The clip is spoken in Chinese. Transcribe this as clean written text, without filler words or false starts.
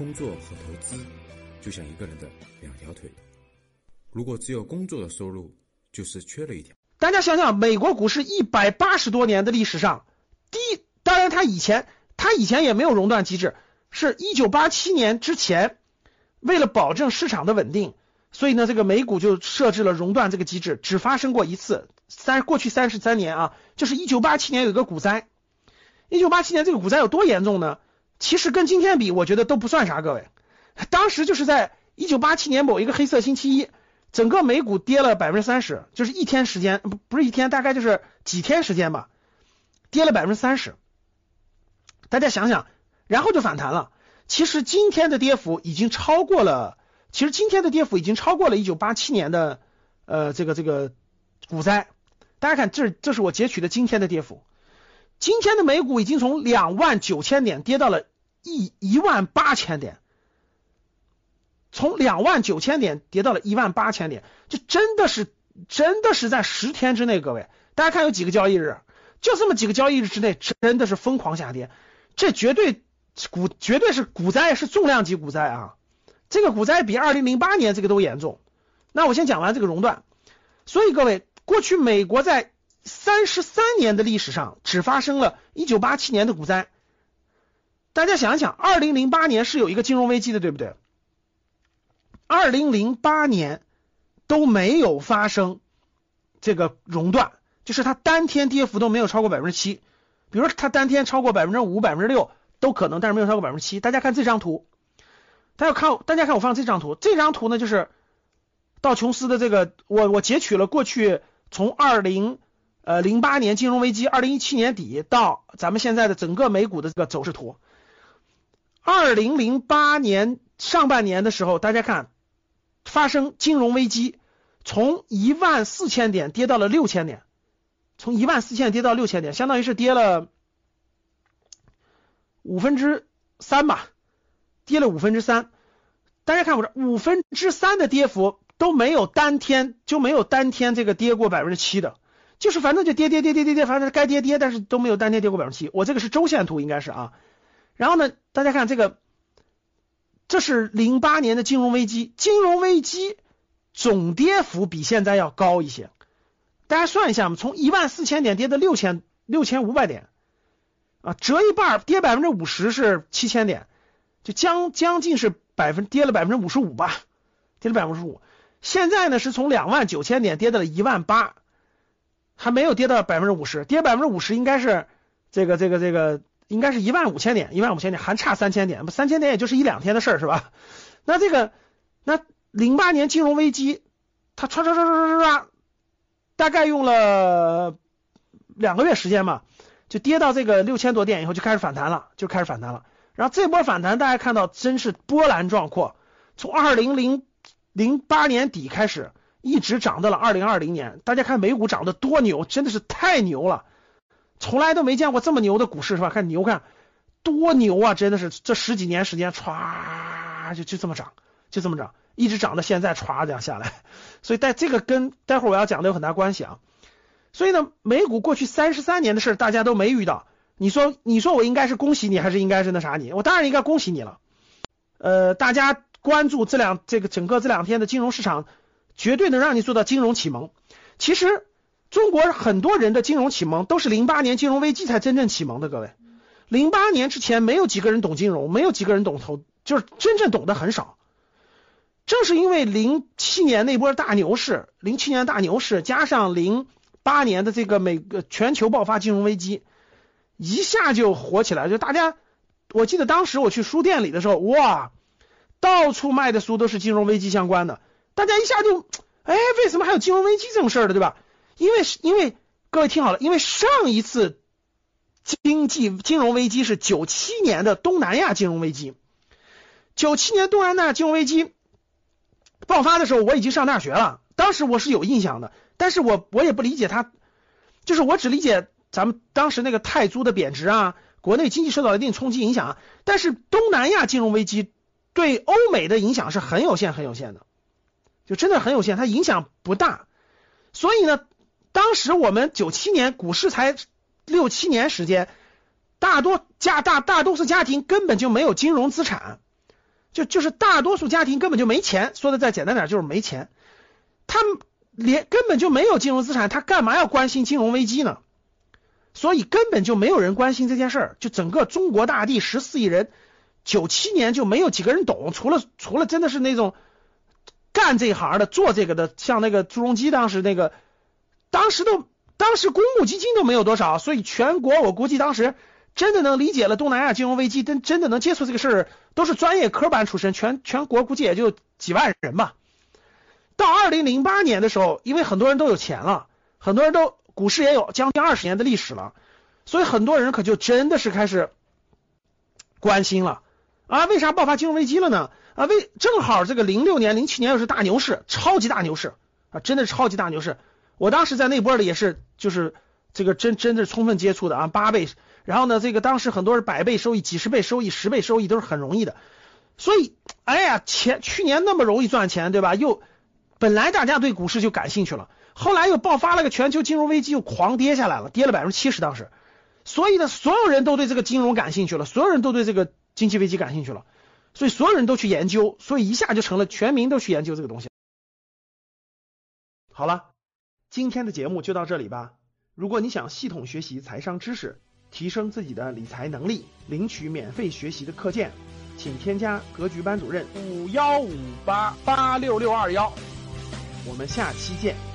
工作和投资就像一个人的两条腿，如果只有工作的收入，就是缺了一条。 大家想想，美国股市180多年的历史上，当然它以前也没有熔断机制，是1987年之前，为了保证市场的稳定，所以呢，这个美股就设置了熔断这个机制，只发生过一次，过去33年啊，就是1987年有一个股灾。1987年这个股灾有多严重呢？其实跟今天比，我觉得都不算啥，各位。当时就是在1987年某一个黑色星期一，整个美股跌了 30%， 就是一天时间，不是一天，大概就是几天时间吧，跌了 30%。大家想想，然后就反弹了。其实今天的跌幅已经超过了1987年的这个股灾。大家看，这是我截取的今天的跌幅。今天的美股已经从29000点跌到了18000点，从29000点跌到了18000点，这真的是在10天之内，各位，大家看有几个交易日，就这么几个交易日之内，真的是疯狂下跌，这绝对是股灾，是重量级股灾啊！这个股灾比2008年这个都严重。那我先讲完这个熔断。所以各位，过去美国在33年的历史上只发生了1987年的股灾。大家想一想，2008年是有一个金融危机的，对不对？2008年都没有发生这个熔断，就是它单天跌幅都没有超过 7%， 比如说它单天超过 5%、6% 都可能，但是没有超过 7%。大家看这张图，大家看我放这张图，这张图呢就是道琼斯的这个，我截取了过去从2008年金融危机2017年底到咱们现在的整个美股的这个走势图。2008年上半年的时候，大家看发生金融危机，从14000点跌到了6000点，从14000跌到6000点，相当于是跌了3%吧，跌了3%。大家看我这3%的跌幅都没有单天这个跌过 7% 的，就是反正就跌，反正该跌，但是都没有单天跌过 7%。我这个是周线图应该是啊。然后呢，大家看这是08年的金融危机总跌幅比现在要高一些。大家算一下，从14000点跌到6500点啊，折一半，跌 50% 是7000点，就将近是跌了 55% 吧，跌了 55%。现在呢是从29000点跌到了18000，还没有跌到 50%， 跌 50% 应该是这个应该是15000点，还差3000点，3000点也就是1-2天的事儿，是吧？那08年金融危机，它唰，大概用了2个月时间嘛，就跌到这个6000多点以后就开始反弹了。然后这波反弹大家看到真是波澜壮阔，从2008年底开始一直涨到了2020年。大家看美股涨得多牛，真的是太牛了，从来都没见过这么牛的股市，是吧？看多牛啊，真的是这10几年时间歘就这么涨，一直涨到现在歘这样下来。所以这个跟待会儿我要讲的有很大关系啊。所以呢，美股过去33年的事大家都没遇到，你说我应该是恭喜你，还是应该是那啥你？我当然应该恭喜你了。大家关注整个这2天的金融市场，绝对能让你做到金融启蒙。其实中国很多人的金融启蒙都是08年金融危机才真正启蒙的，各位。08年之前没有几个人懂金融，没有几个人懂投，就是真正懂得很少。正是因为07年那波大牛市加上08年的这个全球爆发金融危机，一下就火起来。就大家，我记得当时我去书店里的时候，哇，到处卖的书都是金融危机相关的，大家一下就为什么还有金融危机这种事儿的，对吧？因为各位听好了，因为上一次金融危机是97年的东南亚金融危机。97年东南亚金融危机爆发的时候，我已经上大学了，当时我是有印象的，但是我也不理解它，就是我只理解咱们当时那个泰铢的贬值啊，国内经济受到一定冲击影响，但是东南亚金融危机对欧美的影响是很有限的，就真的很有限，它影响不大。所以呢，当时我们97年股市才6-7年时间，大多数家庭根本就没有金融资产， 就是大多数家庭根本就没钱，说的再简单点就是没钱，他根本就没有金融资产，他干嘛要关心金融危机呢？所以根本就没有人关心这件事儿，就整个中国大地14亿人，97年就没有几个人懂，除了真的是那种干这行的做这个的，像那个朱镕基当时公募基金都没有多少，所以全国我估计当时真的能理解了东南亚金融危机，真的能接触这个事儿，都是专业科班出身，全国估计也就几万人吧。到2008年的时候，因为很多人都有钱了，很多人都股市也有将近20年的历史了，所以很多人可就真的是开始关心了啊。为啥爆发金融危机了呢？啊，正好这个06年、07年又是大牛市，超级大牛市啊，真的是超级大牛市。我当时在那波里也是，就是这个真是充分接触的啊，8倍。然后呢，这个当时很多是100倍收益、几十倍收益、10倍收益都是很容易的。所以，哎呀，去年那么容易赚钱，对吧？本来大家对股市就感兴趣了，后来又爆发了个全球金融危机，又狂跌下来了，跌了70%当时。所以呢，所有人都对这个金融感兴趣了，所有人都对这个经济危机感兴趣了，所以所有人都去研究，所以一下就成了全民都去研究这个东西。好了，今天的节目就到这里吧。如果你想系统学习财商知识，提升自己的理财能力，领取免费学习的课件，请添加格局班主任5158866621。我们下期见。